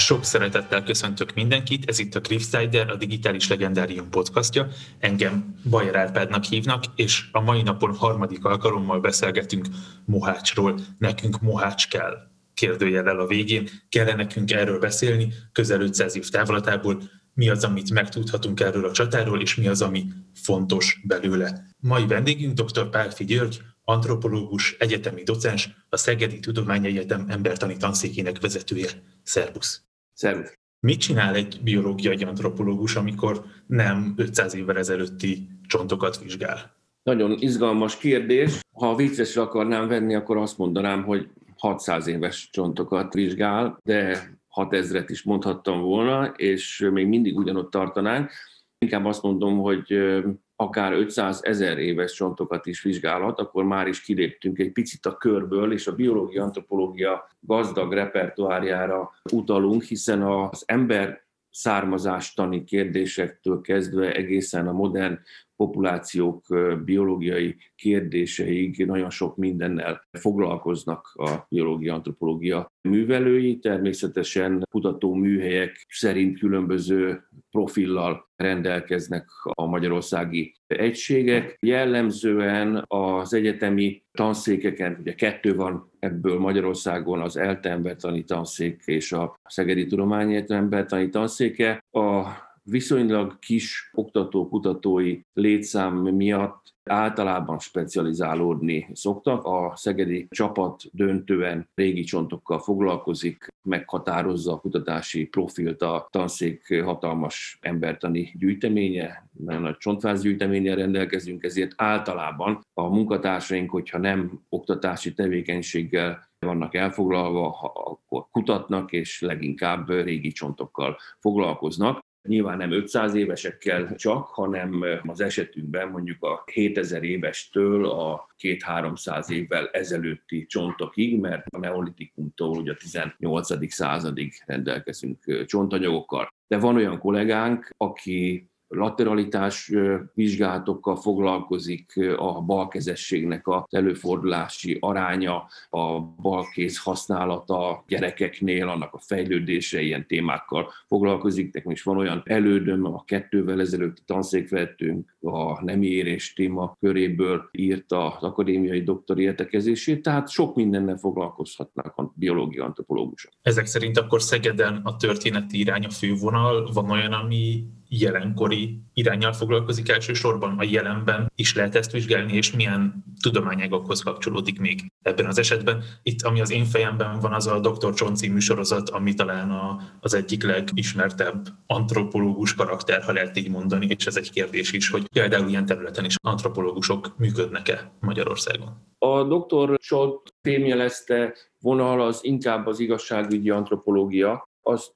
Sok szeretettel köszöntök mindenkit, ez itt a Cliffsider, a Digitális Legendárium podcastja. Engem Bajer Árpádnak hívnak, és a mai napon harmadik alkalommal beszélgetünk mohácsról. Nekünk mohács kell, kérdőjellel a végén. Kell nekünk erről beszélni, közel 500 év távlatából, mi az, amit megtudhatunk erről a csatáról, és mi az, ami fontos belőle. Mai vendégünk dr. Pálffy György, antropológus, egyetemi docens, a Szegedi Tudományegyetem embertani tanszékének vezetője. Szervusz! Szervusz! Mit csinál egy biológiai antropológus, amikor nem 500 évvel ezelőtti csontokat vizsgál? Nagyon izgalmas kérdés. Ha viccesre akarnám venni, akkor azt mondanám, hogy 600 éves csontokat vizsgál, de 6000-et is mondhattam volna, és még mindig ugyanott tartanánk. Inkább azt mondom, hogy akár 500 000 éves csontokat is vizsgálhat, akkor már is kiléptünk egy picit a körből, és a biológia antropológia gazdag repertoárjára utalunk, hiszen az ember származástani kérdésektől kezdve egészen a modern populációk biológiai kérdéseig nagyon sok mindennel foglalkoznak a biológia antropológia művelői. Természetesen kutatóműhelyek szerint különböző profillal rendelkeznek a magyarországi egységek. Jellemzően az egyetemi tanszékeken, ugye 2 van ebből Magyarországon, az ELTE embertani tanszék és a Szegedi Tudományegyetem embertani tanszéke. A viszonylag kis oktató-kutatói létszám miatt általában specializálódni szoktak. A szegedi csapat döntően régi csontokkal foglalkozik, meghatározza a kutatási profilt a tanszék hatalmas embertani gyűjteménye, nagyon nagy csontváz-gyűjteménnyel rendelkezünk, ezért általában a munkatársaink, hogyha nem oktatási tevékenységgel vannak elfoglalva, akkor kutatnak, és leginkább régi csontokkal foglalkoznak. Nyilván nem 500 évesekkel csak, hanem az esetünkben mondjuk a 7000 évestől a 200-300 évvel ezelőtti csontokig, mert a neolitikumtól ugye a 18. századig rendelkezünk csontanyagokkal. De van olyan kollégánk, aki lateralitás vizsgálatokkal foglalkozik, a balkezességnek az előfordulási aránya, a balkéz használata gyerekeknél, annak a fejlődése, ilyen témákkal foglalkozik. Nekem is van olyan elődöm, a 2-vel ezelőtti tanszékvezetőnk a nemi érés téma köréből írta az akadémiai doktori értekezését, tehát sok mindennel foglalkozhatnak a biológia antropológusok. Ezek szerint akkor Szegeden a történeti irány a fővonal, van olyan, ami jelenkori iránnyal foglalkozik elsősorban, a jelenben is lehet ezt vizsgálni, és milyen tudományágakhoz kapcsolódik még ebben az esetben. Itt, ami az én fejemben van, az a Dr. Csont című sorozat, ami talán az egyik legismertebb antropológus karakter, ha lehet így mondani, és ez egy kérdés is, hogy például ilyen területen is antropológusok működnek-e Magyarországon. A Dr. Csont fémjelezte vonal az inkább az igazságügyi antropológia, azt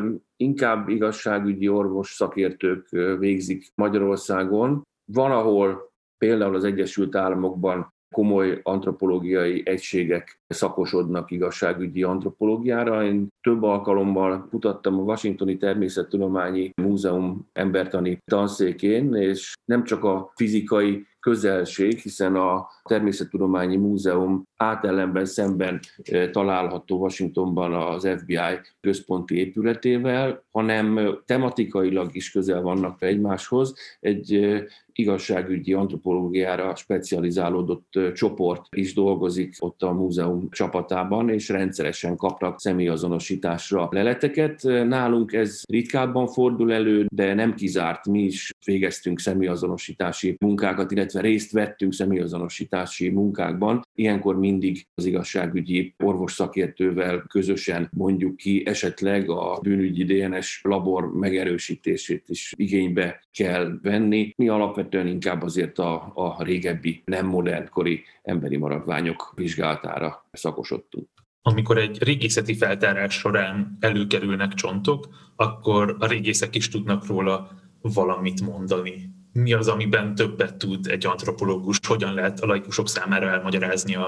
inkább igazságügyi orvos szakértők végzik Magyarországon. Van, ahol például az Egyesült Államokban komoly antropológiai egységek szakosodnak igazságügyi antropológiára. Én több alkalommal kutattam a Washingtoni Természettudományi Múzeum embertani tanszékén, és nem csak a fizikai közelség, hiszen a Természettudományi Múzeum átellenben szemben található Washingtonban az FBI központi épületével, hanem tematikailag is közel vannak egymáshoz. Egy igazságügyi antropológiára specializálódott csoport is dolgozik ott a múzeum csapatában, és rendszeresen kapnak személyazonosításra leleteket. Nálunk ez ritkábban fordul elő, de nem kizárt, mi is végeztünk személyazonosítási munkákat, illetve részt vettünk személyazonosítási munkákban. Ilyenkor mindig az igazságügyi orvos szakértővel közösen mondjuk ki, esetleg a bűnügyi DNS labor megerősítését is igénybe kell venni. Mi alapvetően inkább azért a régebbi, nem modernkori emberi maradványok vizsgálatára szakosodtunk. Amikor egy régészeti feltárás során előkerülnek csontok, akkor a régészek is tudnak róla valamit mondani. Mi az, amiben többet tud egy antropológus, hogyan lehet a laikusok számára elmagyarázni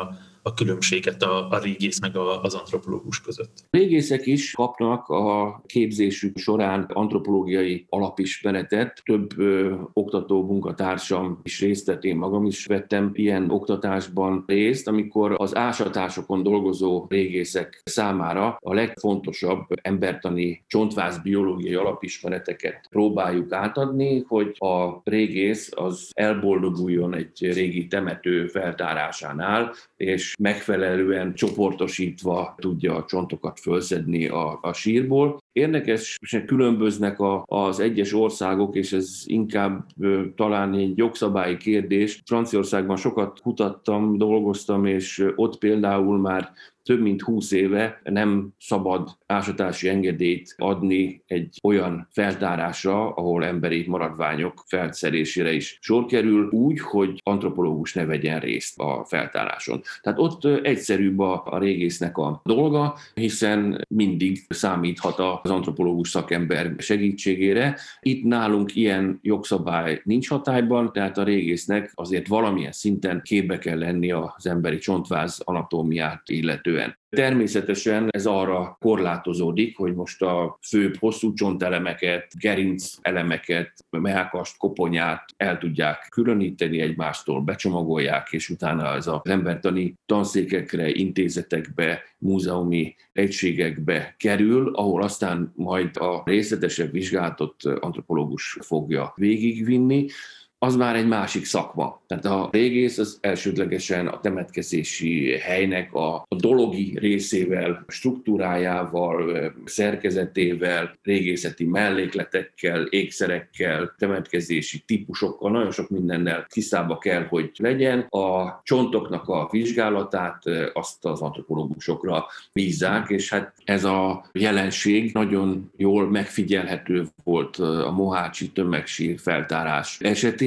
a különbséget a régész meg az antropológus között? A régészek is kapnak a képzésük során antropológiai alapismeretet. Több oktató munkatársam is részt vett, én magam is vettem ilyen oktatásban részt, amikor az ásatásokon dolgozó régészek számára a legfontosabb embertani csontváz-biológiai alapismereteket próbáljuk átadni, hogy a régész az elboldoguljon egy régi temető feltárásánál, és megfelelően csoportosítva tudja a csontokat fölszedni a sírból. Érdekesen különböznek az egyes országok, és ez inkább talán egy jogszabályi kérdés. Franciaországban sokat kutattam, dolgoztam, és ott például már több mint 20 éve nem szabad ásatási engedélyt adni egy olyan feltárásra, ahol emberi maradványok felszerésére is sor kerül, úgy, hogy antropológus ne vegyen részt a feltáráson. Tehát ott egyszerűbb a régésznek a dolga, hiszen mindig számíthat az antropológus szakember segítségére. Itt nálunk ilyen jogszabály nincs hatályban, tehát a régésznek azért valamilyen szinten képbe kell lenni az emberi csontváz anatómiát illetően. Természetesen ez arra korlátozódik, hogy most a főbb hosszú csontelemeket, gerinc elemeket, mellkast, koponyát el tudják különíteni egymástól, becsomagolják, és utána ez az embertani tanszékekre, intézetekbe, múzeumi egységekbe kerül, ahol aztán majd a részletesebb vizsgálatot antropológus fogja végigvinni. Az már egy másik szakma. Tehát a régész az elsődlegesen a temetkezési helynek a dologi részével, struktúrájával, szerkezetével, régészeti mellékletekkel, ékszerekkel, temetkezési típusokkal, nagyon sok mindennel tisztába kell, hogy legyen. A csontoknak a vizsgálatát azt az antropológusokra bízzák, és hát ez a jelenség nagyon jól megfigyelhető volt a mohácsi tömegsír feltárás esetében.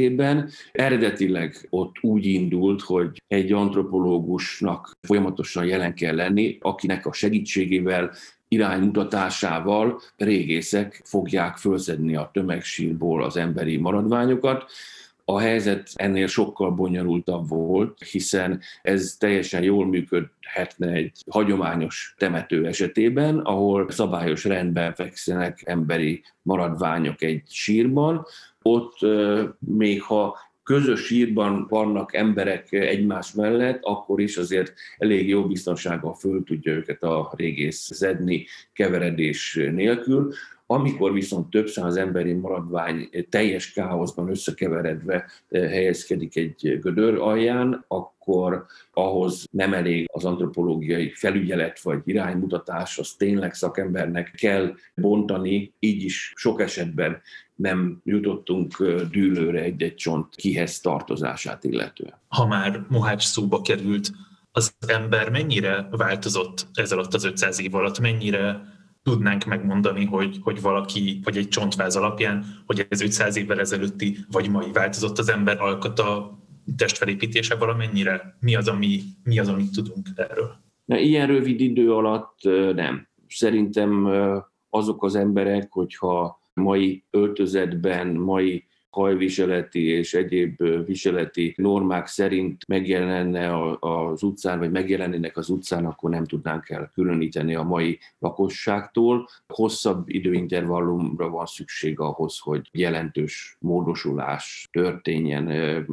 Eredetileg ott úgy indult, hogy egy antropológusnak folyamatosan jelen kell lenni, akinek a segítségével, iránymutatásával régészek fogják fölszedni a tömegsírból az emberi maradványokat. A helyzet ennél sokkal bonyolultabb volt, hiszen ez teljesen jól működhetne egy hagyományos temető esetében, ahol szabályos rendben fekszenek emberi maradványok egy sírban. Ott még ha közös sírban vannak emberek egymás mellett, akkor is azért elég jó biztonsággal föl tudja őket a régész szedni keveredés nélkül. Amikor viszont több száz emberi maradvány teljes káoszban összekeveredve helyezkedik egy gödör alján, akkor ahhoz nem elég az antropológiai felügyelet vagy iránymutatás, az tényleg szakembernek kell bontani, így is sok esetben nem jutottunk dűlőre egy-egy csont kihez tartozását illetően. Ha már Mohács szóba került, az ember mennyire változott ez alatt az 500 év alatt, mennyire tudnánk megmondani, hogy valaki, vagy egy csontváz alapján, hogy ez 500 évvel ezelőtti, vagy mai változott az ember alkata, testfelépítése valamennyire? Mi az, amit tudunk erről? Ilyen rövid idő alatt nem. Szerintem azok az emberek, hogyha mai öltözetben, mai hajviseleti és egyéb viseleti normák szerint megjelenne az utcán, vagy megjelennének az utcán, akkor nem tudnánk elkülöníteni a mai lakosságtól. Hosszabb időintervallumra van szükség ahhoz, hogy jelentős módosulás történjen.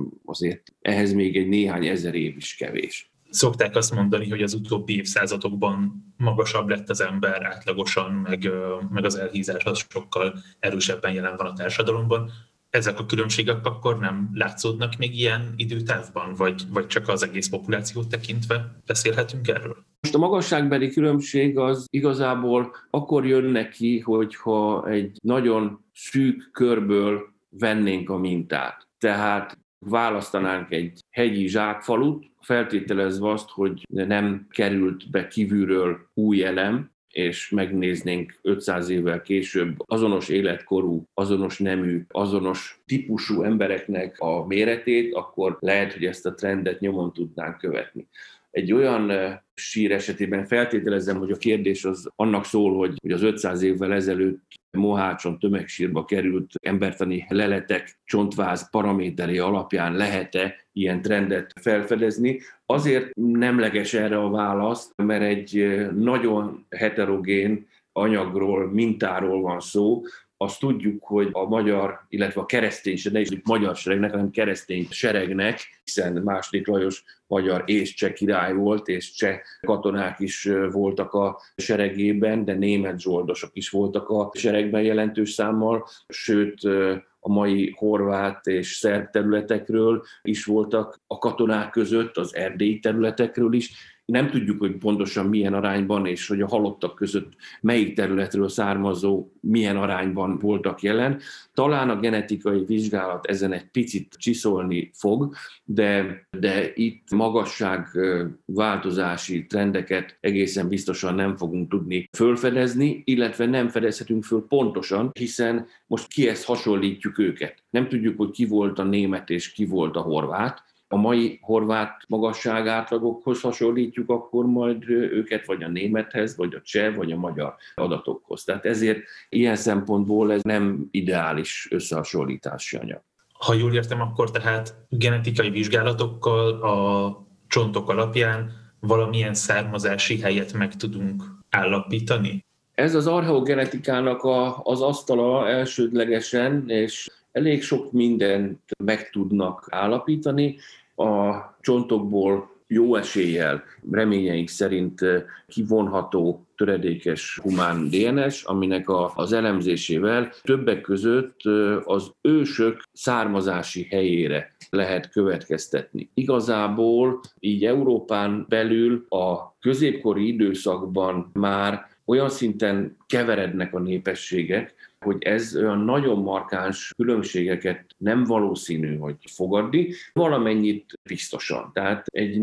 Azért ehhez még egy néhány ezer év is kevés. Szokták azt mondani, hogy az utóbbi évszázadokban magasabb lett az ember átlagosan, meg az elhízás az sokkal erősebben jelen van a társadalomban. Ezek a különbségek akkor nem látszódnak még ilyen időtávban, vagy csak az egész populációt tekintve beszélhetünk erről? Most a magasságbeli különbség az igazából akkor jön neki, hogyha egy nagyon szűk körből vennénk a mintát. Tehát választanánk egy hegyi zsákfalut, feltételezve azt, hogy nem került be kívülről új elem, és megnéznénk 500 évvel később azonos életkorú, azonos nemű, azonos típusú embereknek a méretét, akkor lehet, hogy ezt a trendet nyomon tudnánk követni. egy olyan sír esetében feltételezem, hogy a kérdés az annak szól, hogy az 500 évvel ezelőtt Mohácson tömegsírba került embertani leletek, csontváz paraméterei alapján lehet-e ilyen trendet felfedezni. Azért nemleges erre a válasz, mert egy nagyon heterogén anyagról, mintáról van szó. Azt tudjuk, hogy a magyar, illetve a keresztény, ne is magyar seregnek, hanem keresztény seregnek, hiszen II. Lajos magyar és cseh király volt, és cseh katonák is voltak a seregében, de német zsoldosok is voltak a seregben jelentős számmal, sőt a mai horvát és szerb területekről is voltak a katonák között, az erdélyi területekről is. Nem tudjuk, hogy pontosan milyen arányban, és hogy a halottak között melyik területről származó milyen arányban voltak jelen. Talán a genetikai vizsgálat ezen egy picit csiszolni fog, de itt magasságváltozási trendeket egészen biztosan nem fogunk tudni fölfedezni, illetve nem fedezhetünk föl pontosan, hiszen most kihez hasonlítjuk őket. Nem tudjuk, hogy ki volt a német és ki volt a horvát. A mai horvát magasságátlagokhoz hasonlítjuk, akkor majd őket vagy a némethez, vagy a cseh, vagy a magyar adatokhoz. Tehát ezért ilyen szempontból ez nem ideális összehasonlítási anyag. Ha jól értem, akkor tehát genetikai vizsgálatokkal a csontok alapján valamilyen származási helyet meg tudunk állapítani? Ez az archeogenetikának az asztala elsődlegesen, és elég sok mindent meg tudnak állapítani. A csontokból jó eséllyel, reményeink szerint kivonható töredékes humán DNS, aminek az elemzésével többek között az ősök származási helyére lehet következtetni. Igazából így Európán belül a középkori időszakban már olyan szinten keverednek a népességek, hogy ez olyan nagyon markáns különbségeket nem valószínű, hogy fogadni, valamennyit biztosan. Tehát egy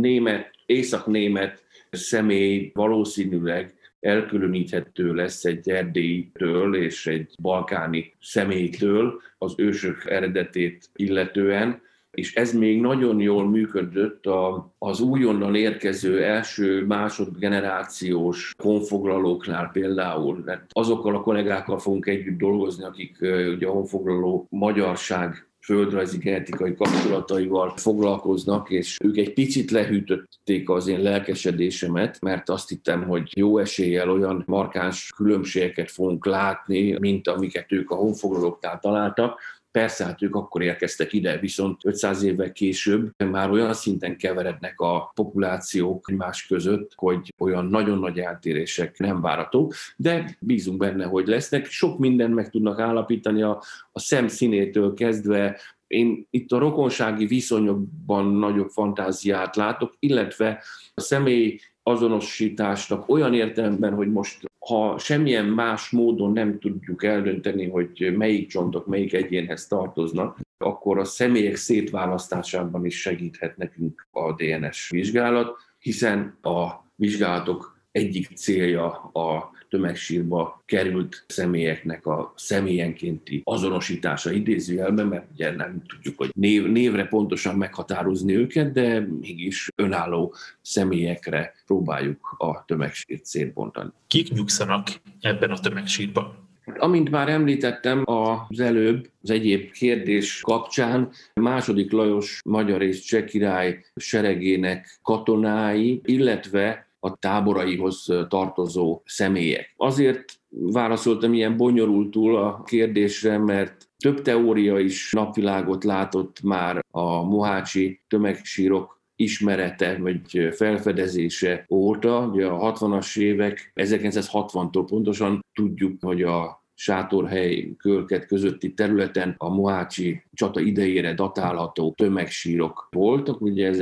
észak-német személy valószínűleg elkülöníthető lesz egy erdélytől és egy balkáni személytől az ősök eredetét illetően, és ez még nagyon jól működött az újonnan érkező első, másodgenerációs honfoglalóknál például. Mert azokkal a kollégákkal fogunk együtt dolgozni, akik ugye a honfoglaló magyarság földrajzi genetikai kapcsolataival foglalkoznak, és ők egy picit lehűtötték az én lelkesedésemet, mert azt hittem, hogy jó eséllyel olyan markáns különbségeket fogunk látni, mint amiket ők a honfoglalóknál találtak. Persze, hát ők akkor érkeztek ide, viszont 500 évvel később már olyan szinten keverednek a populációk egymás között, hogy olyan nagyon nagy eltérések nem várhatók, de bízunk benne, hogy lesznek. Sok mindent meg tudnak állapítani a szem színétől kezdve. Én itt a rokonsági viszonyokban nagyobb fantáziát látok, illetve a személy azonosításnak olyan értelemben, hogy most ha semmilyen más módon nem tudjuk eldönteni, hogy melyik csontok melyik egyénhez tartoznak, akkor a személyek szétválasztásában is segíthet nekünk a DNS vizsgálat, hiszen a vizsgálatok egyik célja a tömegsírba került személyeknek a személyenkénti azonosítása idézőjelben, mert ugye nem tudjuk, hogy névre pontosan meghatározni őket, de mégis önálló személyekre próbáljuk a tömegsírt szétbontani. Kik nyugszanak ebben a tömegsírban? Amint már említettem az előbb, az egyéb kérdés kapcsán, II. Lajos magyar és cseh király seregének katonái, illetve a táboraihoz tartozó személyek. Azért válaszoltam ilyen bonyolultul a kérdésre, mert több teória is napvilágot látott már a mohácsi tömegsírok ismerete vagy felfedezése óta. Ugye a 60-as évek, 1960-tól pontosan tudjuk, hogy a Sátorhely, Kölket közötti területen a mohácsi csata idejére datálható tömegsírok voltak. Ugye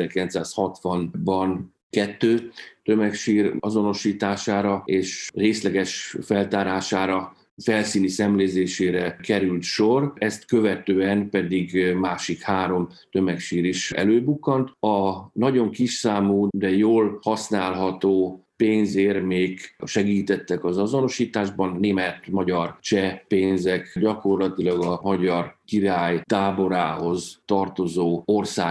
1960-ban 2 tömegsír azonosítására és részleges feltárására, felszíni szemlézésére került sor, ezt követően pedig másik 3 tömegsír is előbukkant. A nagyon kisszámú, de jól használható pénzérmék segítettek az azonosításban, német, magyar, cseh pénzek gyakorlatilag a magyar király táborához tartozó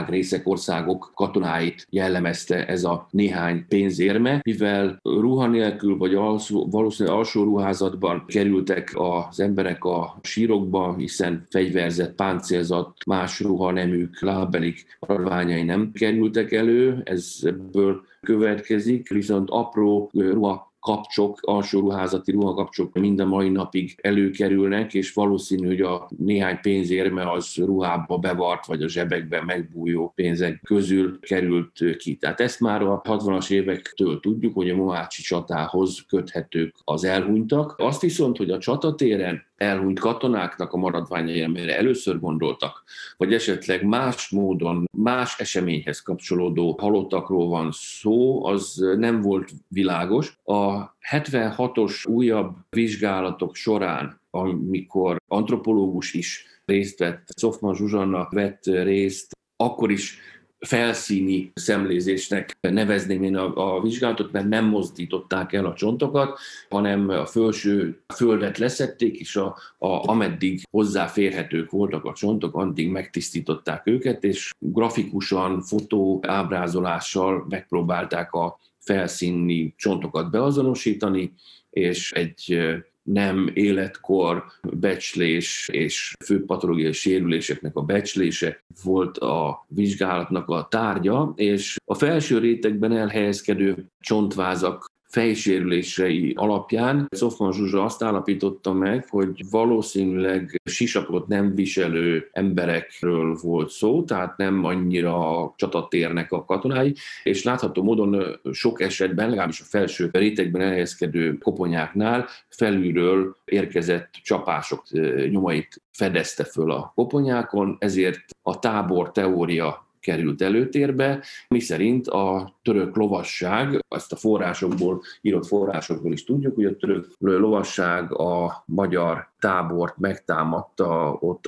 országok katonáit jellemezte ez a néhány pénzérme, mivel ruha nélkül vagy valószínűleg alsó ruházatban kerültek az emberek a sírokba, hiszen fegyverzett, páncélzat, más ruhaneműk, lábbelik maradványai nem kerültek elő, ez ebből következik, viszont apró ruhakapcsok, alsó ruházati ruhakapcsok mind a mai napig előkerülnek, és valószínű, hogy a néhány pénzérme az ruhába bevart, vagy a zsebekben megbújó pénzek közül került ki. Tehát ezt már a 60-as évektől tudjuk, hogy a mohácsi csatához köthetők az elhunytak. Azt viszont, hogy a csatatéren elhunyt katonáknak a maradványai, amire először gondoltak, vagy esetleg más módon, más eseményhez kapcsolódó halottakról van szó, az nem volt világos. A 76-os újabb vizsgálatok során, amikor antropológus is részt vett, Szofman Zsuzsanna vett részt, akkor is felszíni szemlézésnek nevezném én a vizsgálatot, mert nem mozdították el a csontokat, hanem a felső földet leszették, és ameddig hozzáférhetők voltak a csontok, addig megtisztították őket, és grafikusan, fotóábrázolással megpróbálták a felszíni csontokat beazonosítani, és egy nem életkor becslés és főpatológiai sérüléseknek a becslése volt a vizsgálatnak a tárgya, és a felső rétegben elhelyezkedő csontvázak fejsérülései alapján Szofman Zsuzsa azt állapította meg, hogy valószínűleg sisakot nem viselő emberekről volt szó, tehát nem annyira a csatatérnek a katonái, és látható módon sok esetben, legalábbis a felső rétegben elhelyezkedő koponyáknál felülről érkezett csapások nyomait fedezte föl a koponyákon, ezért a tábor teória került előtérbe, miszerint a török lovasság, ezt a írott forrásokból is tudjuk, hogy a török lovasság a magyar tábort megtámadta, ott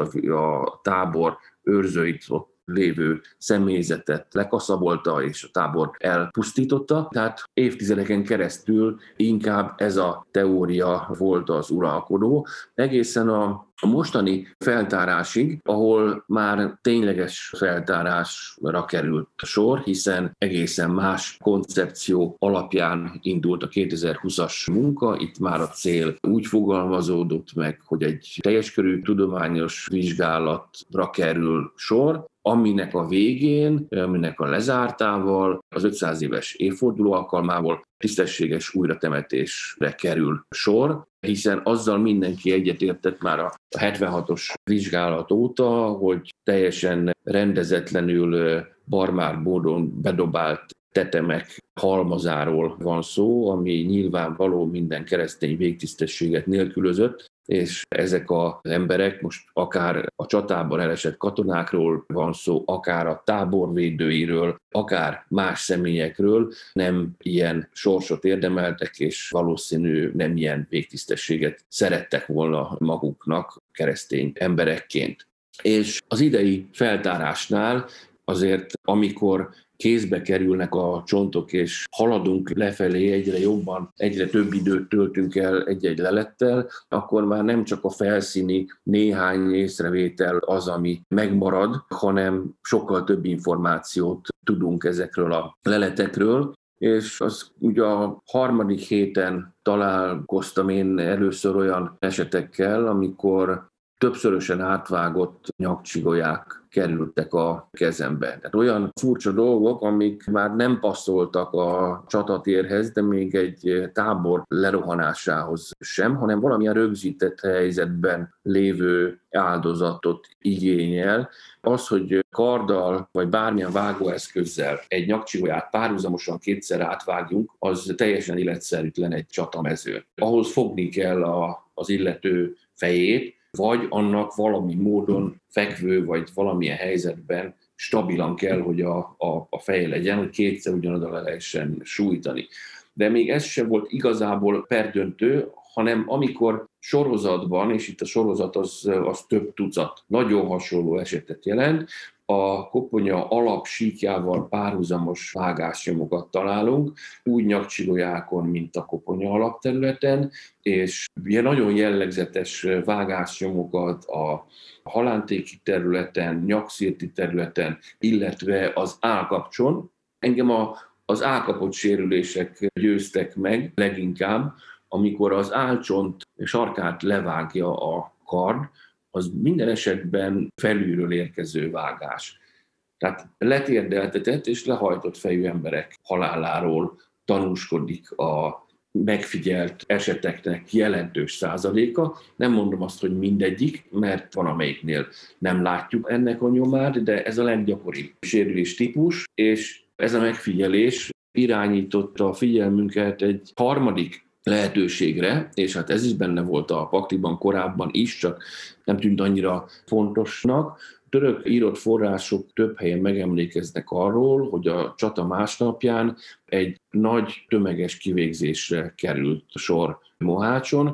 a tábor őrzőit, ott lévő személyzetet lekaszabolta, és a tábort elpusztította. Tehát évtizedeken keresztül inkább ez a teória volt az uralkodó. Egészen a mostani feltárásig, ahol már tényleges feltárásra került sor, hiszen egészen más koncepció alapján indult a 2020-as munka, itt már a cél úgy fogalmazódott meg, hogy egy teljes körű tudományos vizsgálatra kerül sor, aminek a végén, aminek a lezártával, az 500 éves évforduló alkalmával tisztességes újratemetésre kerül sor, hiszen azzal mindenki egyetértett már a 76-os vizsgálat óta, hogy teljesen rendezetlenül, barbár módon bedobált tetemek halmazáról van szó, ami nyilvánvaló minden keresztény végtisztességet nélkülözött, és ezek az emberek, most akár a csatában elesett katonákról van szó, akár a táborvédőiről, akár más személyekről nem ilyen sorsot érdemeltek, és valószínű nem ilyen végtisztességet szerettek volna maguknak keresztény emberekként. És az idei feltárásnál azért, amikor kézbe kerülnek a csontok, és haladunk lefelé egyre jobban, egyre több időt töltünk el egy-egy lelettel, akkor már nem csak a felszíni néhány észrevétel az, ami megmarad, hanem sokkal több információt tudunk ezekről a leletekről. És az ugye a harmadik héten találkoztam én először olyan esetekkel, amikor többszörösen átvágott nyakcsigolyák kerültek a kezembe. Tehát olyan furcsa dolgok, amik már nem passzoltak a csatatérhez, de még egy tábor lerohanásához sem, hanem valamilyen rögzített helyzetben lévő áldozatot igényel. Az, hogy karddal vagy bármilyen vágóeszközzel egy nyakcsigolyát párhuzamosan kétszer átvágjunk, az teljesen életszerűtlen egy csatamezőn. Ahhoz fogni kell az illető fejét, vagy annak valami módon fekvő, vagy valamilyen helyzetben stabilan kell, hogy a feje legyen, hogy kétszer ugyanoda le lehessen sújtani. De még ez sem volt igazából perdöntő, hanem amikor sorozatban, és itt a sorozat az több tucat nagyon hasonló esetet jelent, a koponya alapsíkjával párhuzamos vágásnyomokat találunk, úgy nyakcsigolyákon, mint a koponya alapterületen, és ilyen nagyon jellegzetes vágásnyomokat a halántéki területen, nyakszirti területen, illetve az állkapcson. Engem az állkapott sérülések győztek meg leginkább, amikor az állcsont sarkát levágja a kard, az minden esetben felülről érkező vágás. Tehát letérdeltetett és lehajtott fejű emberek haláláról tanúskodik a megfigyelt eseteknek jelentős százaléka. Nem mondom azt, hogy mindegyik, mert van amelyiknél nem látjuk ennek a nyomát, de ez a leggyakoribb sérülés típus, és ez a megfigyelés irányította a figyelmünket egy harmadik lehetőségre, és hát ez is benne volt a pakliban korábban is, csak nem tűnt annyira fontosnak. Török írott források több helyen megemlékeznek arról, hogy a csata másnapján egy nagy tömeges kivégzésre került sor Mohácson.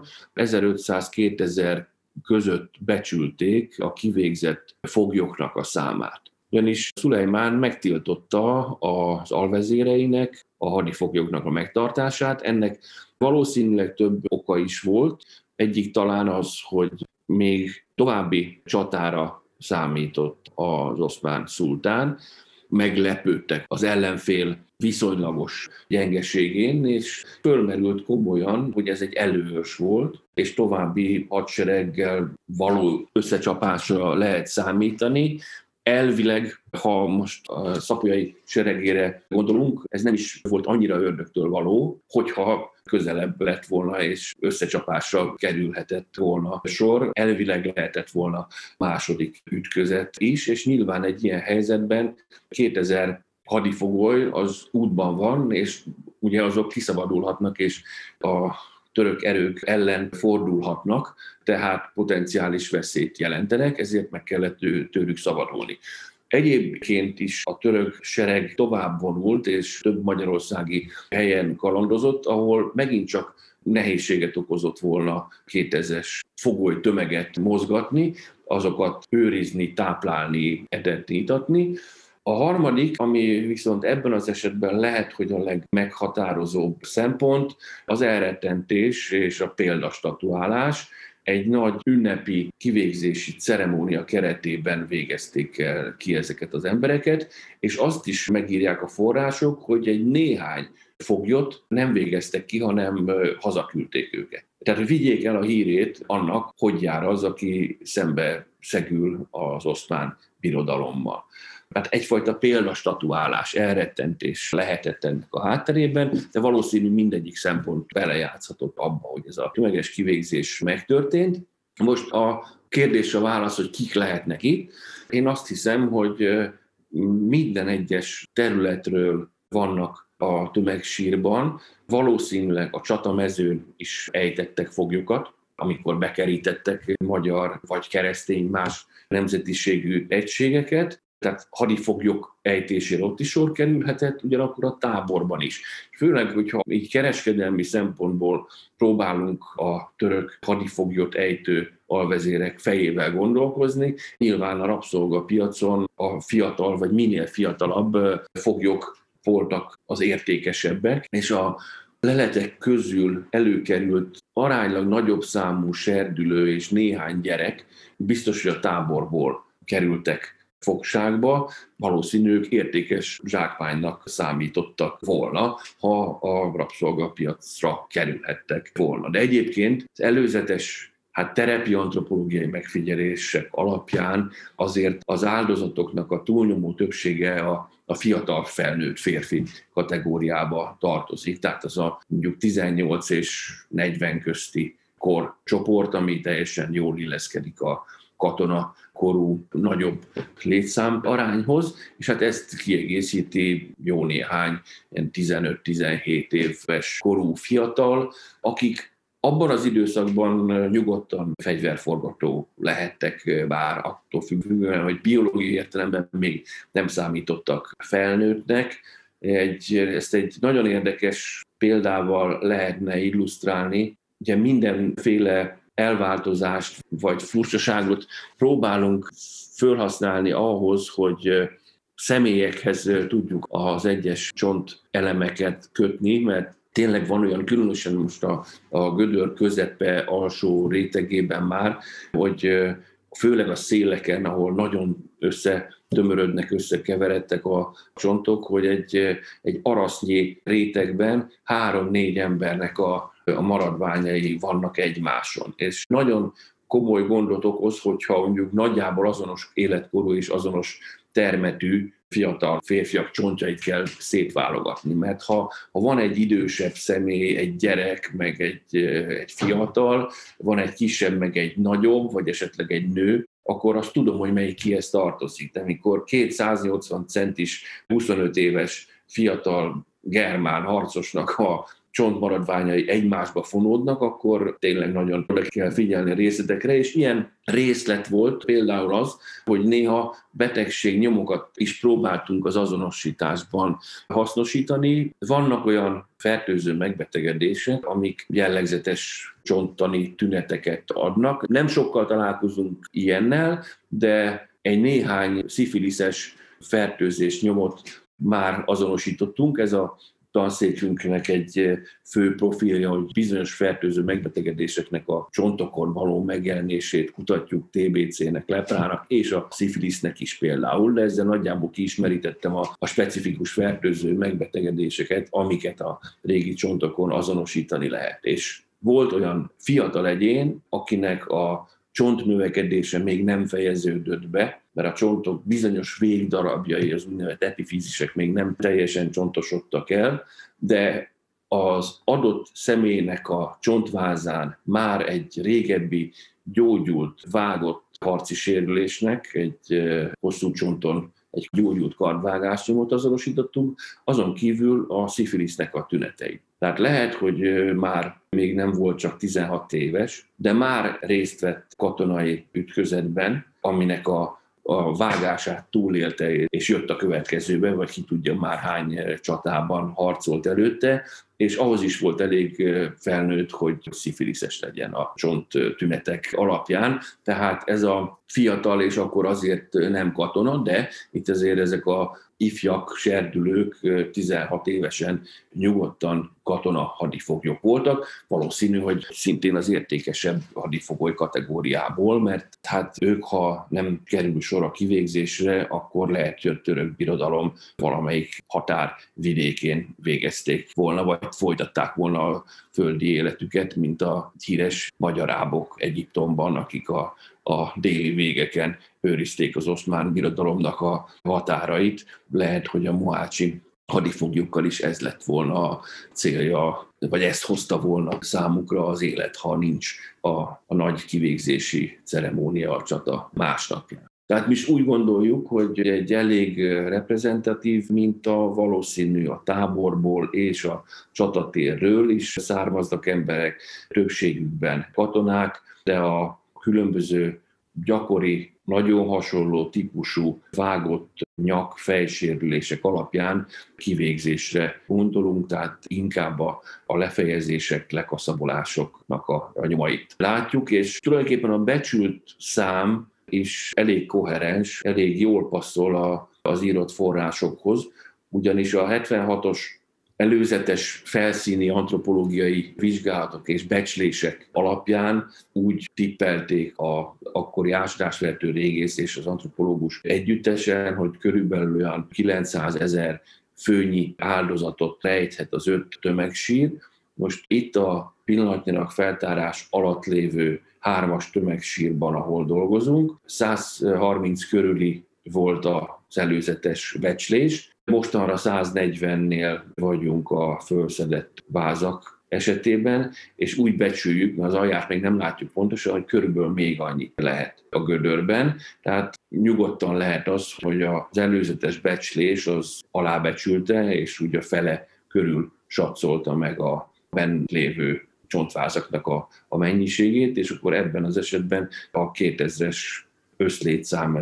1500-2000 között becsülték a kivégzett foglyoknak a számát. Ugyanis Szulejmán megtiltotta az alvezéreinek a hadifoglyoknak a megtartását. Ennek valószínűleg több oka is volt. Egyik talán az, hogy még további csatára számított az oszmán szultán, meglepődtek az ellenfél viszonylagos gyengeségén, és fölmerült komolyan, hogy ez egy előös volt, és további hadsereggel való összecsapásra lehet számítani. Elvileg, ha most a szapolyai seregére gondolunk, ez nem is volt annyira ördögtől való, hogyha közelebb lett volna és összecsapásra kerülhetett volna sor. Elvileg lehetett volna második ütközet is, és nyilván egy ilyen helyzetben 2000 hadifogoly az útban van, és ugye azok kiszabadulhatnak, és a török erők ellen fordulhatnak, tehát potenciális veszélyt jelentenek, ezért meg kellett tőlük szabadulni. Egyébként is a török sereg tovább vonult, és több magyarországi helyen kalandozott, ahol megint csak nehézséget okozott volna 2000-es fogoly tömeget mozgatni, azokat őrizni, táplálni, etetni, itatni. A harmadik, ami viszont ebben az esetben lehet, hogy a legmeghatározóbb szempont, az elrettentés és a példastatuálás. Egy nagy ünnepi kivégzési ceremónia keretében végezték el ki ezeket az embereket, és azt is megírják a források, hogy egy néhány foglyot nem végeztek ki, hanem hazaküldték őket. Tehát, hogy vigyék el a hírét annak, hogy jár az, aki szembe szegül az oszmán birodalommal. Tehát egyfajta példastatuálás, elrettentés lehetett ennek a hátterében, de valószínű mindegyik szempont belejátszhatott abba, hogy ez a tömeges kivégzés megtörtént. Most a kérdés a válasz, hogy kik lehetnek itt. Én azt hiszem, hogy minden egyes területről vannak a tömegsírban, valószínűleg a csatamezőn is ejtettek foglyokat, amikor bekerítettek magyar vagy keresztény más nemzetiségű egységeket, tehát hadifoglyok ejtésére ott is sor kerülhetett, ugyanakkor a táborban is. Főleg, hogyha így kereskedelmi szempontból próbálunk a török hadifoglyot ejtő alvezérek fejével gondolkozni, nyilván a rabszolgapiacon a fiatal vagy minél fiatalabb foglyok voltak az értékesebbek, és a leletek közül előkerült aránylag nagyobb számú serdülő és néhány gyerek biztos, hogy a táborból kerültek fogságba, valószínűleg értékes zsákmánynak számítottak volna, ha a rabszolgapiacra kerülhettek volna. De egyébként az előzetes terepi antropológiai megfigyelések alapján azért az áldozatoknak a túlnyomó többsége a fiatal felnőtt férfi kategóriába tartozik. Tehát az a mondjuk 18 és 40 közti korcsoport, ami teljesen jól illeszkedik a katonakorú nagyobb létszám arányhoz, és hát ezt kiegészíti jó néhány 15-17 éves korú fiatal, akik abban az időszakban nyugodtan fegyverforgató lehettek, bár attól függően, hogy biológiai értelemben még nem számítottak felnőttnek. Ezt egy nagyon érdekes példával lehetne illusztrálni. Ugye mindenféle elváltozást vagy furcsaságot próbálunk felhasználni ahhoz, hogy személyekhez tudjuk az egyes csontelemeket kötni, mert tényleg van olyan, különösen most a gödör közepe alsó rétegében már, hogy főleg a széleken, ahol nagyon összetömörödnek, összekeveredtek a csontok, hogy egy arasznyi rétegben 3-4 embernek a maradványai vannak egymáson. És nagyon komoly gondot okoz, hogyha mondjuk nagyjából azonos életkorú és azonos termetű fiatal férfiak csontjait kell szétválogatni. Mert ha van egy idősebb személy, egy gyerek, meg egy fiatal, van egy kisebb, meg egy nagyobb, vagy esetleg egy nő, akkor azt tudom, hogy melyik kihez tartozik. De amikor 280 centis, 25 éves fiatal germán harcosnak a csontmaradványai egymásba fonódnak, akkor tényleg nagyon oda kell figyelni a részletekre, és ilyen részlet volt például az, hogy néha betegségnyomokat is próbáltunk az azonosításban hasznosítani. Vannak olyan fertőző megbetegedések, amik jellegzetes csonttani tüneteket adnak. Nem sokkal találkozunk ilyennel, de egy néhány szifiliszes fertőzés nyomot már azonosítottunk. Ez a tanszékünknek egy fő profilja, hogy bizonyos fertőző megbetegedéseknek a csontokon való megjelenését kutatjuk, TBC-nek, leprának és a szifilisznek is például, de ezzel nagyjából kiismerítettem a specifikus fertőző megbetegedéseket, amiket a régi csontokon azonosítani lehet. És volt olyan fiatal egyén, akinek a csontnövekedése még nem fejeződött be, mert a csontok bizonyos végdarabjai, az úgynevezett epifízisek még nem teljesen csontosodtak el, de az adott személynek a csontvázán már egy régebbi gyógyult, vágott harci sérülésnek, egy hosszú csonton egy gyógyult kardvágásnyomot azonosítottunk, azon kívül a szifilisznek a tünetei. Tehát lehet, hogy már még nem volt csak 16 éves, de már részt vett katonai ütközetben, aminek a vágását túlélte, és jött a következőbe, vagy ki tudja már hány csatában harcolt előtte, és ahhoz is volt elég felnőtt, hogy szifiliszes legyen a csont tünetek alapján. Tehát ez a fiatal, és akkor azért nem katona, de itt azért ezek a ifjak, serdülők 16 évesen nyugodtan katona hadifoglyok voltak. Valószínű, hogy szintén az értékesebb hadifogoly kategóriából, mert hát ők, ha nem kerül sor a kivégzésre, akkor lehet, hogy a török birodalom valamelyik határvidékén végezték volna, vagy folytatták volna a földi életüket, mint a híres magyarábok Egyiptomban, akik a déli végeken őrizték az oszmán birodalomnak a határait. Lehet, hogy a mohácsi hadifoglyokkal is ez lett volna a célja, vagy ezt hozta volna számukra az élet, ha nincs a nagy kivégzési ceremónia a csata másnapján. Tehát mi is úgy gondoljuk, hogy egy elég reprezentatív minta, valószínű a táborból és a csatatérről is származnak emberek, többségükben katonák, de a különböző gyakori, nagyon hasonló típusú vágott nyak fejsérülések alapján kivégzésre gondolunk, tehát inkább a lefejezések, lekaszabolásoknak a nyomait látjuk, és tulajdonképpen a becsült szám is elég koherens, elég jól passzol az írott forrásokhoz, ugyanis a 76-os előzetes felszíni antropológiai vizsgálatok és becslések alapján úgy tippelték az akkori ásatásvezető régész és az antropológus együttesen, hogy körülbelül olyan 900 000 főnyi áldozatot rejthet az 5 tömegsír. Most itt a pillanatnyilag feltárás alatt lévő 3-as tömegsírban, ahol dolgozunk, 130 körüli volt az előzetes becslés. Mostanra 140-nél vagyunk a fölszedett vázak esetében, és úgy becsüljük, mert az alját még nem látjuk pontosan, hogy körülbelül még annyi lehet a gödörben. Tehát nyugodtan lehet az, hogy az előzetes becslés az alábecsülte, és úgy a fele körül satszolta meg a benn lévő csontvázaknak a mennyiségét, és akkor ebben az esetben a 2000-es összlétszám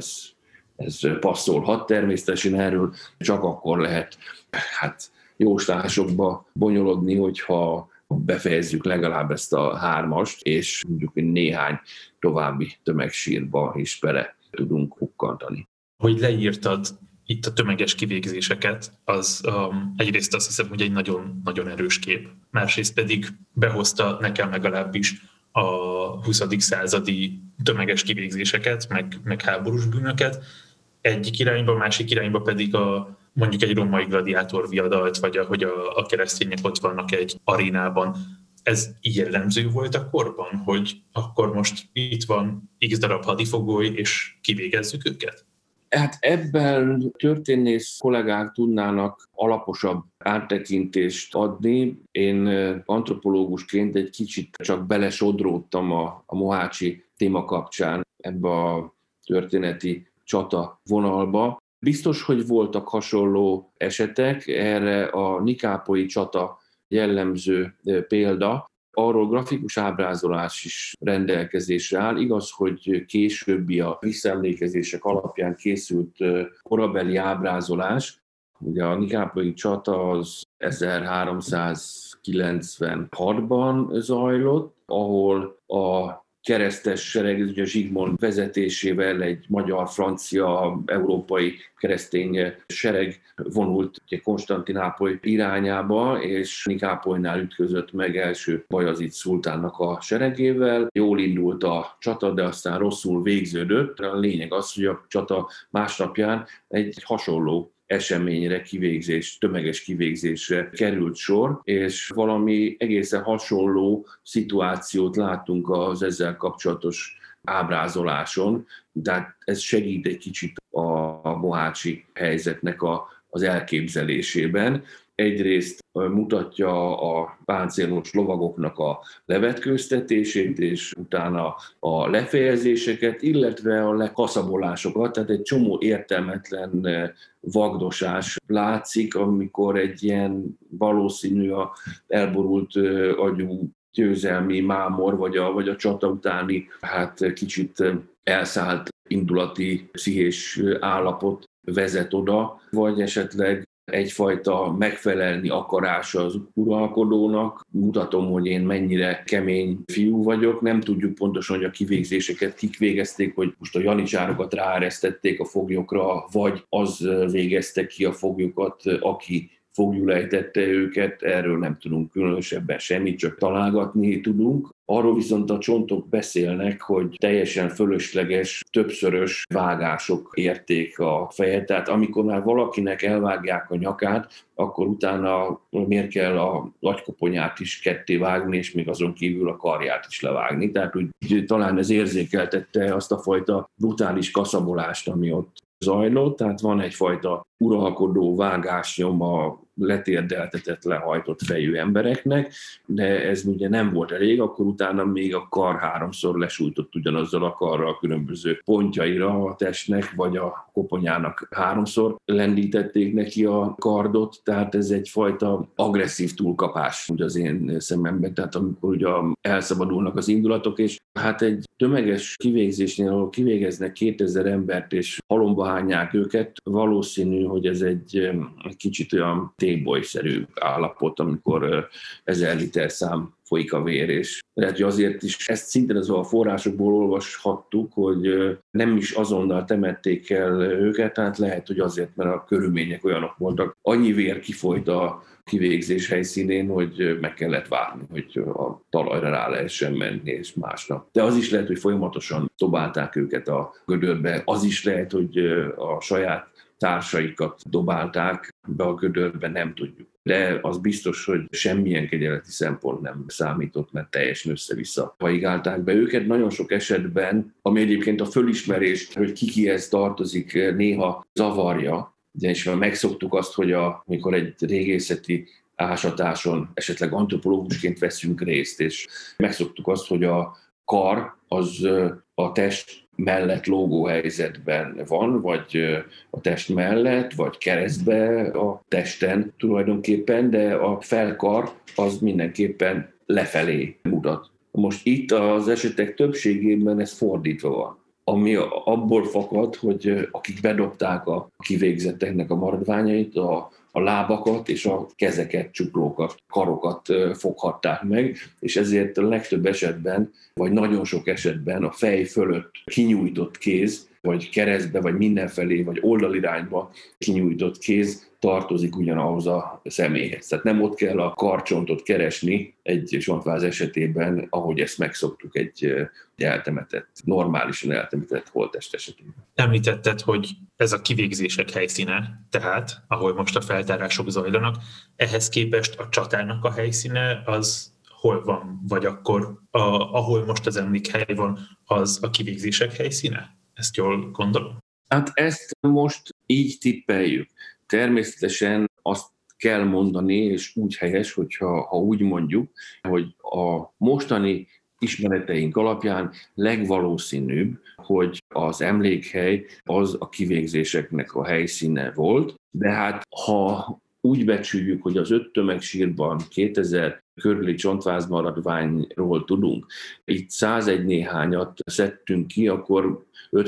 ez passzolhat. Természetesen erről csak akkor lehet jóslásokba bonyolodni, hogyha befejezzük legalább ezt a 3-ast, és mondjuk néhány további tömegsírba is bele tudunk hukkantani. Hogy leírtad itt a tömeges kivégzéseket, az egyrészt azt hiszem, hogy egy nagyon, nagyon erős kép. Másrészt pedig behozta nekem legalábbis a 20. századi tömeges kivégzéseket, meg háborús bűnöket. Egyik irányba, másik irányba pedig mondjuk egy római gladiátor viadalt, vagy ahogy a keresztények ott vannak egy arénában. Ez jellemző volt a korban, hogy akkor most itt van x darab hadifogoly, és kivégezzük őket? Hát ebben történész kollégák tudnának alaposabb áttekintést adni. Én antropológusként egy kicsit csak belesodródtam a mohácsi téma kapcsán ebbe a történeti csata vonalba. Biztos, hogy voltak hasonló esetek, erre a nikápolyi csata jellemző példa. Arról grafikus ábrázolás is rendelkezésre áll. Igaz, hogy későbbi a visszaemlékezések alapján készült korabeli ábrázolás. Ugye a nikápolyi csata az 1396-ban zajlott, ahol a keresztes sereg, ugye Zsigmond vezetésével egy magyar-francia európai keresztény sereg vonult ugye Konstantinápoly irányába, és Nikápolynál ütközött meg első Bajazid szultánnak a seregével. Jól indult a csata, de aztán rosszul végződött. A lényeg az, hogy a csata másnapján egy hasonló eseményre, tömeges kivégzésre került sor, és valami egészen hasonló szituációt látunk az ezzel kapcsolatos ábrázoláson, de ez segít egy kicsit a mohácsi helyzetnek az elképzelésében. Egyrészt mutatja a páncélos lovagoknak a levetkőztetését, és utána a lefejezéseket, illetve a lekaszabolásokat, tehát egy csomó értelmetlen vagdosás látszik, amikor egy ilyen valószínű a elborult agyú győzelmi mámor, vagy a csata utáni kicsit elszállt indulati, pszichés állapot vezet oda, vagy esetleg egyfajta megfelelni akarása az uralkodónak. Mutatom, hogy én mennyire kemény fiú vagyok. Nem tudjuk pontosan, hogy a kivégzéseket kik végezték, hogy most a janicsárokat ráeresztették a foglyokra, vagy az végezte ki a foglyokat, aki foglyul ejtette őket, erről nem tudunk különösebben semmit, csak találgatni tudunk. Arról viszont a csontok beszélnek, hogy teljesen fölösleges, többszörös vágások érték a fejet. Tehát amikor már valakinek elvágják a nyakát, akkor utána miért kell a agykoponyát is ketté vágni, és még azon kívül a karját is levágni. Tehát úgy talán ez érzékeltette azt a fajta brutális kaszabolást, ami ott zajlott, tehát van egyfajta uralkodó vágásnyom a letérdeltetett, lehajtott fejű embereknek, de ez ugye nem volt elég, akkor utána még a kar 3-szor lesújtott ugyanazzal a karral a különböző pontjaira a testnek, vagy a koponyának 3-szor lendítették neki a kardot, tehát ez egyfajta agresszív túlkapás ugye az én szememben, tehát amikor ugye elszabadulnak az indulatok, és egy tömeges kivégzésnél, ahol kivégeznek 2000 embert, és halomba hányják őket, valószínű, hogy ez egy kicsit olyan tébolyszerű állapot, amikor 1000 liter szám folyik a vér, és lehet, hogy azért is ezt szintén a forrásokból olvashattuk, hogy nem is azonnal temették el őket, tehát lehet, hogy azért, mert a körülmények olyanok voltak. Annyi vér kifolyt a kivégzés helyszínén, hogy meg kellett várni, hogy a talajra rá lehessen menni, és másnap. De az is lehet, hogy folyamatosan dobálták őket a gödörbe, az is lehet, hogy a saját társaikat dobálták be a gödörbe, nem tudjuk. De az biztos, hogy semmilyen kegyeleti szempont nem számított, mert teljesen össze-vissza haigálták be őket. Nagyon sok esetben, ami egyébként a fölismerést, hogy kihez tartozik, néha zavarja, és már megszoktuk azt, hogy amikor egy régészeti ásatáson esetleg antropológusként veszünk részt, és megszoktuk azt, hogy a kar az a test mellett lógó helyzetben van, vagy a test mellett, vagy keresztbe a testen tulajdonképpen, de a felkar az mindenképpen lefelé mutat. Most itt az esetek többségében ez fordítva van, ami abból fakad, hogy akik bedobták a kivégzetteknek a maradványait, a a lábakat és a kezeket, csuklókat, karokat foghatták meg, és ezért a legtöbb esetben, vagy nagyon sok esetben a fej fölött kinyújtott kéz, vagy keresztbe, vagy mindenfelé, vagy oldalirányba kinyújtott kéz tartozik ugyanahoz a személyhez. Tehát nem ott kell a karcsontot keresni egy csontváz esetében, ahogy ezt megszoktuk egy eltemetett, normálisan eltemetett holttest esetében. Említetted, hogy ez a kivégzések helyszíne, tehát ahol most a feltárások zajlanak, ehhez képest a csatának a helyszíne az hol van, vagy akkor ahol most az emlékhely van, az a kivégzések helyszíne? Ezt jól gondolom? Hát ezt most így tippeljük. Természetesen azt kell mondani, és úgy helyes, ha úgy mondjuk, hogy a mostani ismereteink alapján legvalószínűbb, hogy az emlékhely az a kivégzéseknek a helyszíne volt, de hát ha úgy becsüljük, hogy az 5 tömegsírban 2000 körüli csontvázmaradványról tudunk, itt 101 néhányat szedtünk ki, akkor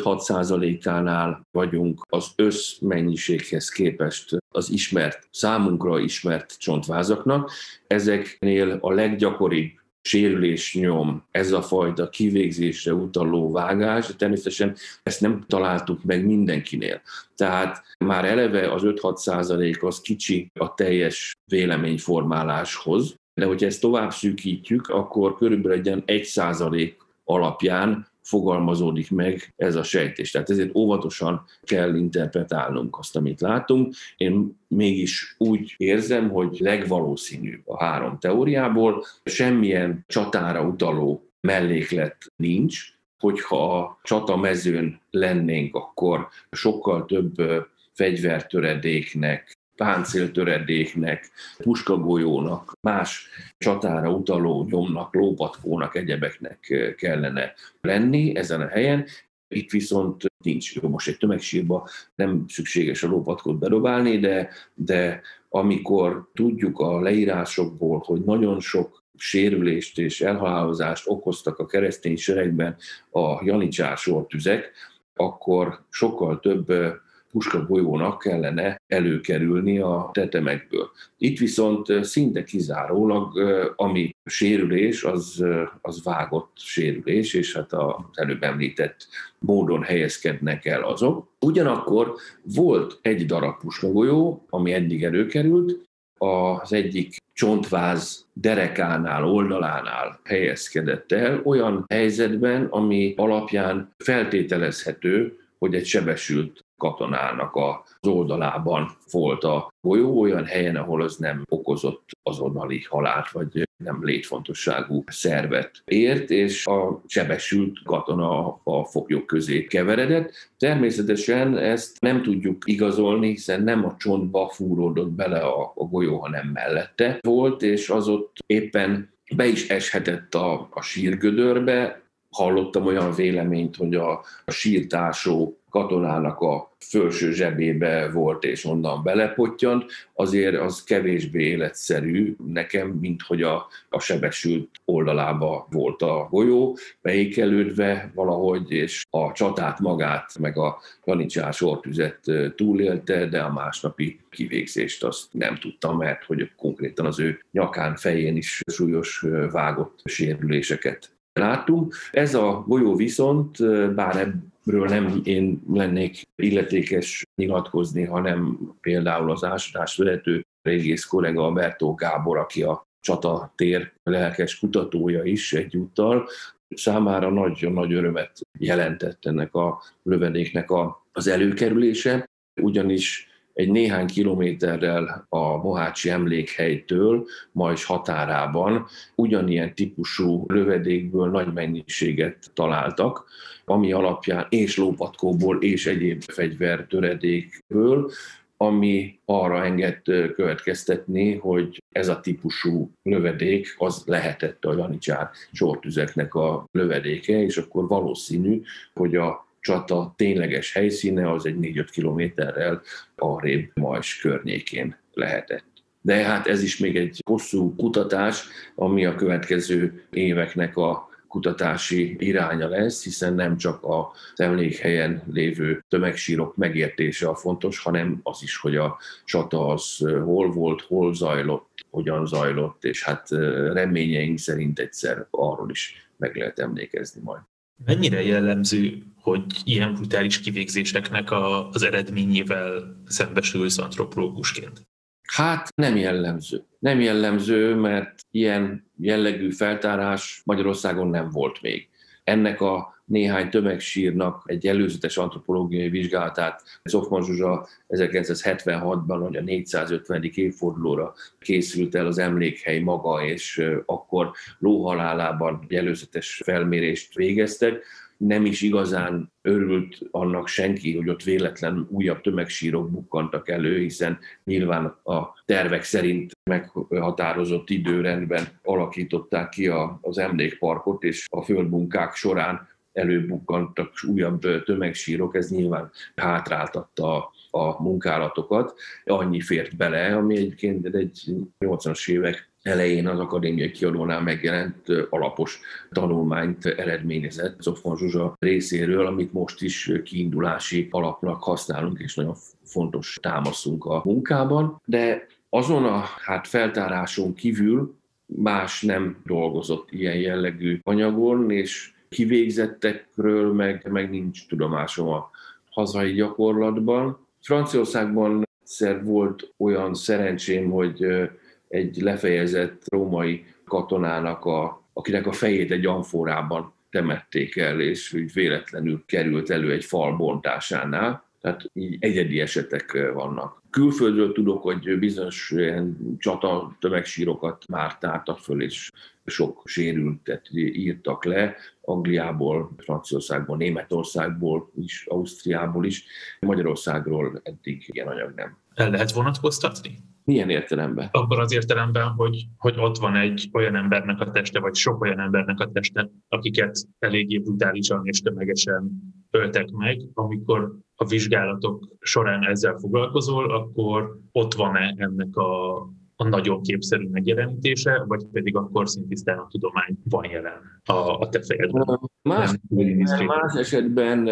5-6%-ánál vagyunk az összmennyiséghez képest az számunkra ismert csontvázaknak. Ezeknél a leggyakoribb sérülésnyom, ez a fajta kivégzésre utaló vágás, természetesen ezt nem találtuk meg mindenkinél. Tehát már eleve az 5-6% az kicsi a teljes véleményformáláshoz, de hogyha ezt tovább szűkítjük, akkor körülbelül egy 1% alapján fogalmazódik meg ez a sejtés. Tehát ezért óvatosan kell interpretálnunk azt, amit látunk. Én mégis úgy érzem, hogy legvalószínűbb a 3 teóriából, semmilyen csatára utaló melléklet nincs. Hogyha a csatamezőn lennénk, akkor sokkal több fegyvertöredéknek, páncéltöredéknek, puskagolyónak, más csatára utaló nyomnak, lópatkónak, egyebeknek kellene lenni ezen a helyen. Itt viszont nincs. Most egy tömegsírba nem szükséges a lópatkót bedobálni, de amikor tudjuk a leírásokból, hogy nagyon sok sérülést és elhalálozást okoztak a keresztény seregben a janicsár sortüzek, akkor sokkal több puskagolyónak kellene előkerülni a tetemekből. Itt viszont szinte kizárólag, ami sérülés, az vágott sérülés, és hát az előbb említett módon helyezkednek el azok. Ugyanakkor volt egy darab puskagolyó, ami eddig előkerült, az egyik csontváz derekánál, oldalánál helyezkedett el olyan helyzetben, ami alapján feltételezhető, hogy egy sebesült katonának az oldalában volt a golyó, olyan helyen, ahol az nem okozott azonnali halált, vagy nem létfontosságú szervet ért, és a sebesült katona a foglyok közé keveredett. Természetesen ezt nem tudjuk igazolni, hiszen nem a csontba fúródott bele a golyó, hanem mellette volt, és az ott éppen be is eshetett a sírgödörbe. Hallottam olyan véleményt, hogy a sírtásó katonának a felső zsebébe volt, és onnan belepottyant, azért az kevésbé életszerű nekem, mint hogy a sebesült oldalába volt a golyó, beékelődve valahogy, és a csatát magát, meg a janicsár sortüzet túlélte, de a másnapi kivégzést azt nem tudtam, mert hogy konkrétan az ő nyakán, fején is súlyos vágott sérüléseket láttunk. Ez a golyó viszont, bár ebből nem én lennék illetékes nyilatkozni, hanem például az ásatást vezető régész kollega Bertó Gábor, aki a csatatér lelkes kutatója is egyúttal, számára nagyon nagy örömet jelentett ennek a lövedéknek az előkerülése, ugyanis egy néhány kilométerrel a mohácsi emlékhelytől, Majs határában ugyanilyen típusú lövedékből nagy mennyiséget találtak, ami alapján és lópatkóból és egyéb fegyvertöredékből, ami arra enged következtetni, hogy ez a típusú lövedék az lehetett a janicsár sortüzeknek a lövedéke, és akkor valószínű, hogy a csata tényleges helyszíne az egy 4-5 kilométerrel arrébb Majs környékén lehetett. De hát ez is még egy hosszú kutatás, ami a következő éveknek a kutatási iránya lesz, hiszen nem csak az emlékhelyen lévő tömegsírok megértése a fontos, hanem az is, hogy a csata az hol volt, hol zajlott, hogyan zajlott, és hát reményeink szerint egyszer arról is meg lehet emlékezni majd. Mennyire jellemző, hogy ilyen brutális kivégzéseknek az eredményével szembesülsz antropológusként? Hát nem jellemző. Nem jellemző, mert ilyen jellegű feltárás Magyarországon nem volt még. Ennek a néhány tömegsírnak egy előzetes antropológiai vizsgálatát Zoffman Zsuzsa 1976-ban, hogy a 450. évfordulóra készült el az emlékhely maga, és akkor lóhalálában egy előzetes felmérést végeztek. Nem is igazán örült annak senki, hogy ott véletlen újabb tömegsírok bukkantak elő, hiszen nyilván a tervek szerint meghatározott időrendben alakították ki az emlékparkot, és a földmunkák során előbukkantak újabb tömegsírok, ez nyilván hátráltatta a munkálatokat. Annyi fért bele, ami egyébként egy 80-as évek elején az akadémiai kiadónál megjelent alapos tanulmányt eredményezett Zoffman Zsuzsa részéről, amit most is kiindulási alapnak használunk, és nagyon fontos támaszunk a munkában. De azon a feltáráson kívül más nem dolgozott ilyen jellegű anyagon, és kivégzettekről meg nincs tudomásom a hazai gyakorlatban. Franciaországban egyszer volt olyan szerencsém, hogy egy lefejezett római katonának, akinek a fejét egy amforában temették el, és úgy véletlenül került elő egy fal bontásánál. Tehát így egyedi esetek vannak. Külföldről tudok, hogy bizonyos ilyen csata tömegsírokat már tártak föl, és sok sérültet írtak le, Angliából, Franciaországból, Németországból is, Ausztriából is. Magyarországról eddig ilyen anyag nem. El lehet vonatkoztatni? Milyen értelemben? Abban az értelemben, hogy ott van egy olyan embernek a teste, vagy sok olyan embernek a teste, akiket eléggé brutálisan és tömegesen öltek meg. Amikor a vizsgálatok során ezzel foglalkozol, akkor ott van-e ennek a nagyon képszerű megjelenítése, vagy pedig akkor szintisztán a tudomány van jelen a te fejedben? Más esetben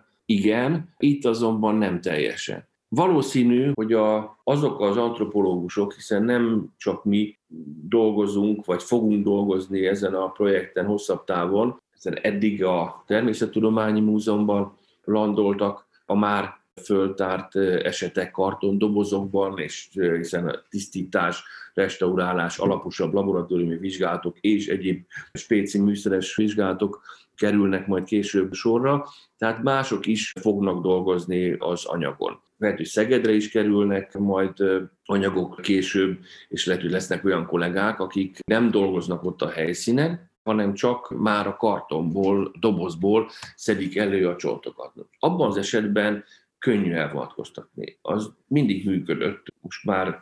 igen, itt azonban nem teljesen. Valószínű, hogy azok az antropológusok, hiszen nem csak mi dolgozunk, vagy fogunk dolgozni ezen a projekten hosszabb távon, hiszen eddig a Természettudományi Múzeumban landoltak a már föltárt esetek kartondobozokban, és hiszen a tisztítás, restaurálás, alaposabb laboratóriumi vizsgálatok és egyéb spéci műszeres vizsgálatok kerülnek majd később sorra, tehát mások is fognak dolgozni az anyagon. Lehet, hogy Szegedre is kerülnek majd anyagok később, és lehet, hogy lesznek olyan kollégák, akik nem dolgoznak ott a helyszínen, hanem csak már a kartonból, dobozból szedik elő a csontokat. Abban az esetben könnyű elvonatkoztatni. Az mindig működött. Most már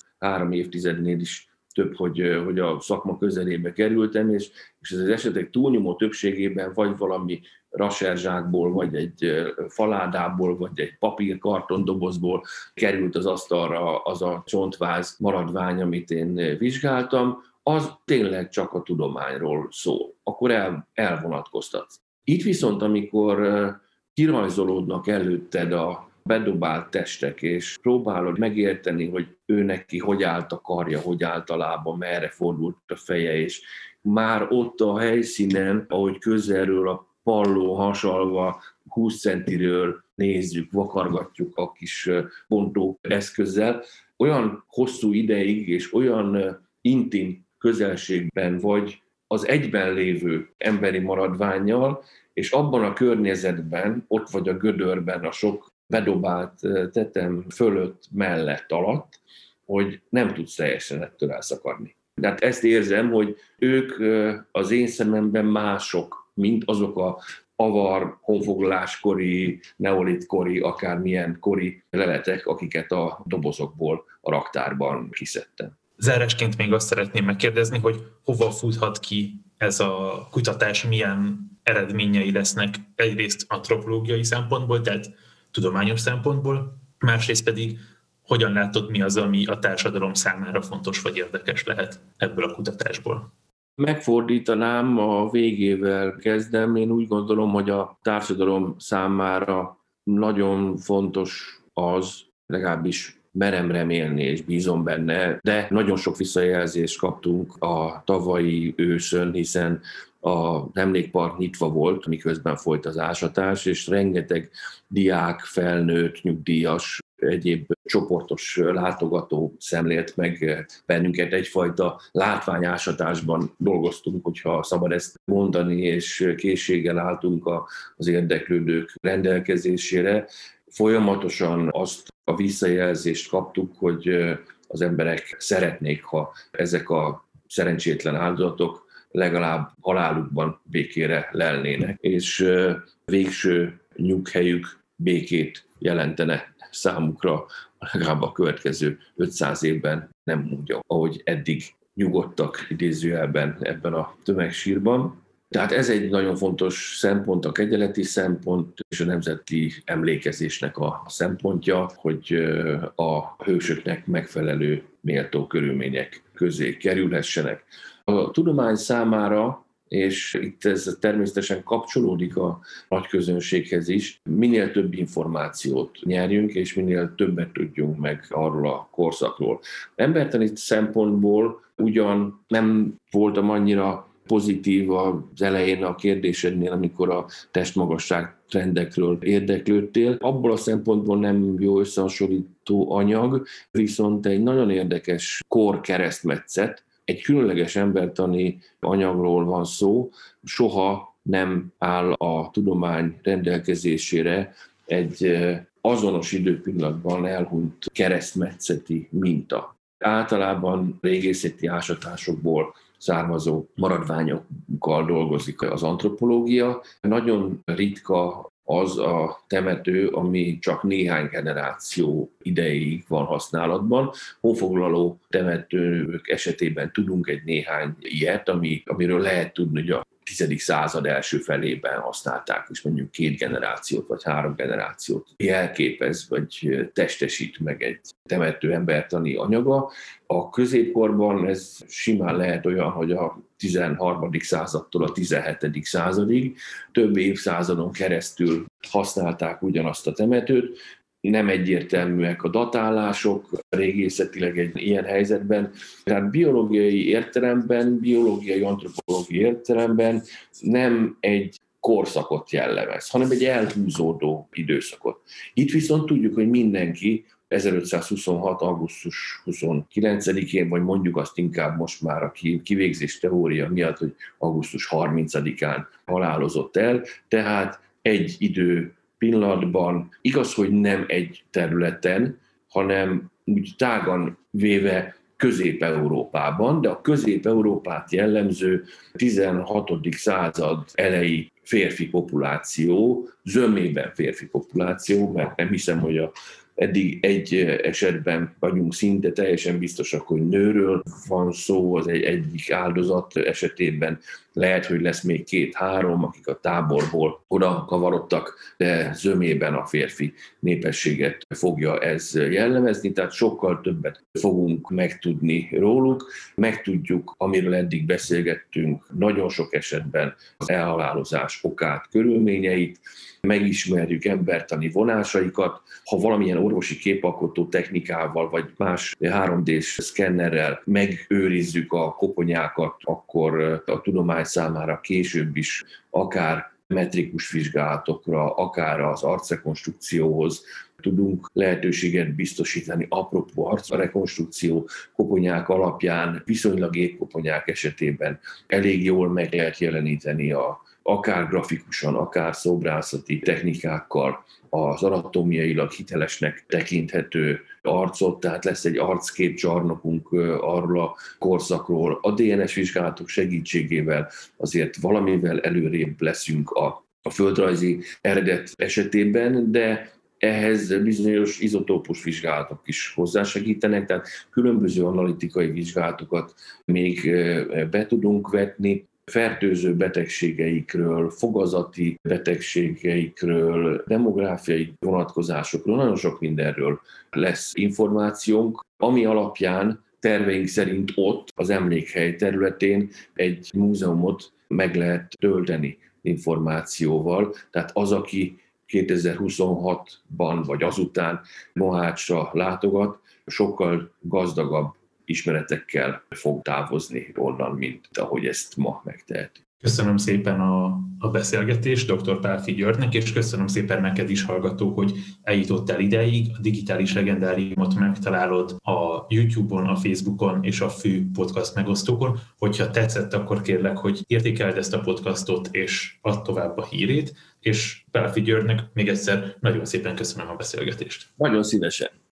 3 évtizednél is több, hogy a szakma közelébe kerültem, és ez az esetek túlnyomó többségében vagy valami raserzsákból, vagy egy faládából, vagy egy papírkartondobozból került az asztalra az a csontváz maradvány, amit én vizsgáltam, az tényleg csak a tudományról szól. Akkor elvonatkoztatsz. Itt viszont, amikor kirajzolódnak előtted a bedobált testek, és próbálod megérteni, hogy ő neki hogy állt a karja, hogy állt a lába, merre fordult a feje, és már ott a helyszínen, ahogy közelről a palló hasalva 20 centiről nézzük, vakargatjuk a kis bontó eszközzel, olyan hosszú ideig és olyan intim közelségben vagy az egyben lévő emberi maradvánnyal, és abban a környezetben, ott vagy a gödörben, a sok bedobált tetem fölött, mellett, alatt, hogy nem tudsz teljesen ettől elszakadni. De hát ezt érzem, hogy ők az én szememben mások, mint azok a avar, honfoglaláskori, neolitkori, akármilyen kori leletek, akiket a dobozokból a raktárban kiszedtem. Zárásként még azt szeretném megkérdezni, hogy hova futhat ki ez a kutatás, milyen eredményei lesznek egyrészt antropológiai szempontból, tehát tudományos szempontból, másrészt pedig hogyan látod, mi az, ami a társadalom számára fontos vagy érdekes lehet ebből a kutatásból? Megfordítanám, a végével kezdem. Én úgy gondolom, hogy a társadalom számára nagyon fontos az, legalábbis merem remélni és bízom benne, de nagyon sok visszajelzést kaptunk a tavalyi őszön, hiszen az emlékpark nyitva volt, miközben folyt az ásatás, és rengeteg diák, felnőtt, nyugdíjas, egyéb csoportos látogató szemlélt meg bennünket, egyfajta látványásatásban dolgoztunk, hogyha szabad ezt mondani, és készséggel álltunk az érdeklődők rendelkezésére. Folyamatosan azt a visszajelzést kaptuk, hogy az emberek szeretnék, ha ezek a szerencsétlen áldozatok legalább halálukban békére lelnének, és végső nyughelyük békét jelentene számukra legalább a következő 500 évben, nem úgy, ahogy eddig nyugodtak idézőjelben ebben a tömegsírban. Tehát ez egy nagyon fontos szempont, a kegyeleti szempont és a nemzeti emlékezésnek a szempontja, hogy a hősöknek megfelelő méltó körülmények közé kerülhessenek. A tudomány számára, és itt ez természetesen kapcsolódik a nagy közönséghez is, minél több információt nyerjünk, és minél többet tudjunk meg arról a korszakról. Embertani szempontból ugyan nem voltam annyira pozitív az elején a kérdésednél, amikor a testmagasság trendekről érdeklődtél. Abból a szempontból nem jó összehasonlító anyag, viszont egy nagyon érdekes korkeresztmetszet, egy különleges embertani anyagról van szó, soha nem áll a tudomány rendelkezésére egy azonos időpillanatban elhunyt keresztmetszeti minta. Általában régészeti ásatásokból származó maradványokkal dolgozik az antropológia. Nagyon ritka az a temető, ami csak néhány generáció ideig van használatban. Honfoglaló temetők esetében tudunk egy néhány ilyet, amiről lehet tudni, hogy a 10. század első felében használták, és mondjuk 2 generációt vagy 3 generációt jelképez, vagy testesít meg egy temető embertani anyaga. A középkorban ez simán lehet olyan, hogy a 13. századtól a 17. századig több évszázadon keresztül használták ugyanazt a temetőt. Nem egyértelműek a datálások régészetileg egy ilyen helyzetben. Tehát biológiai értelemben, biológiai antropológiai értelemben nem egy korszakot jellemez, hanem egy elhúzódó időszakot. Itt viszont tudjuk, hogy mindenki 1526. augusztus 29-én, vagy mondjuk azt inkább most már a kivégzés teória miatt, hogy augusztus 30-án halálozott el, tehát egy idő pillanatban, igaz, hogy nem egy területen, hanem úgy tágan véve Közép-Európában, de a Közép-Európát jellemző 16. század elejé férfi populáció, zömében férfi populáció, mert nem hiszem, hogy eddig egy esetben vagyunk szinte teljesen biztosak, hogy nőről van szó, az egyik áldozat esetében lehet, hogy lesz még 2-3, akik a táborból oda kavarodtak, de zömében a férfi népességet fogja ez jellemezni, tehát sokkal többet fogunk megtudni róluk, megtudjuk, amiről eddig beszélgettünk, nagyon sok esetben az elhalálozás okát, körülményeit, megismerjük embertani vonásaikat, ha valamilyen orvosi képalkotó technikával, vagy más 3D-s szkennerrel megőrizzük a koponyákat, akkor a tudomány számára később is akár metrikus vizsgálatokra, akár az arcrekonstrukcióhoz tudunk lehetőséget biztosítani. Apropó arcrekonstrukció, koponyák alapján, viszonylag épkoponyák esetében elég jól meg lehet jeleníteni akár grafikusan, akár szobrászati technikákkal az anatómiailag hitelesnek tekinthető arcot, tehát lesz egy arcképcsarnokunk arról a korszakról. A DNS vizsgálatok segítségével azért valamivel előrébb leszünk a földrajzi eredet esetében, de ehhez bizonyos izotópus vizsgálatok is hozzásegítenek, tehát különböző analitikai vizsgálatokat még be tudunk vetni. Fertőző betegségeikről, fogazati betegségeikről, demográfiai vonatkozásokról, nagyon sok mindenről lesz információnk, ami alapján terveink szerint ott az emlékhely területén egy múzeumot meg lehet tölteni információval. Tehát az, aki 2026-ban vagy azután Mohácsra látogat, sokkal gazdagabb ismeretekkel fog távozni onnan, mint ahogy ezt ma megteheti. Köszönöm szépen a beszélgetést dr. Pálffy Györgynek, és köszönöm szépen neked is, hallgató, hogy eljutottál ideig. A Digitális Legendáriumot megtalálod a YouTube-on, a Facebookon és a fő podcast megosztókon. Hogyha tetszett, akkor kérlek, hogy értékeld ezt a podcastot, és add tovább a hírét. És Pálffy Györgynek még egyszer nagyon szépen köszönöm a beszélgetést. Nagyon szívesen.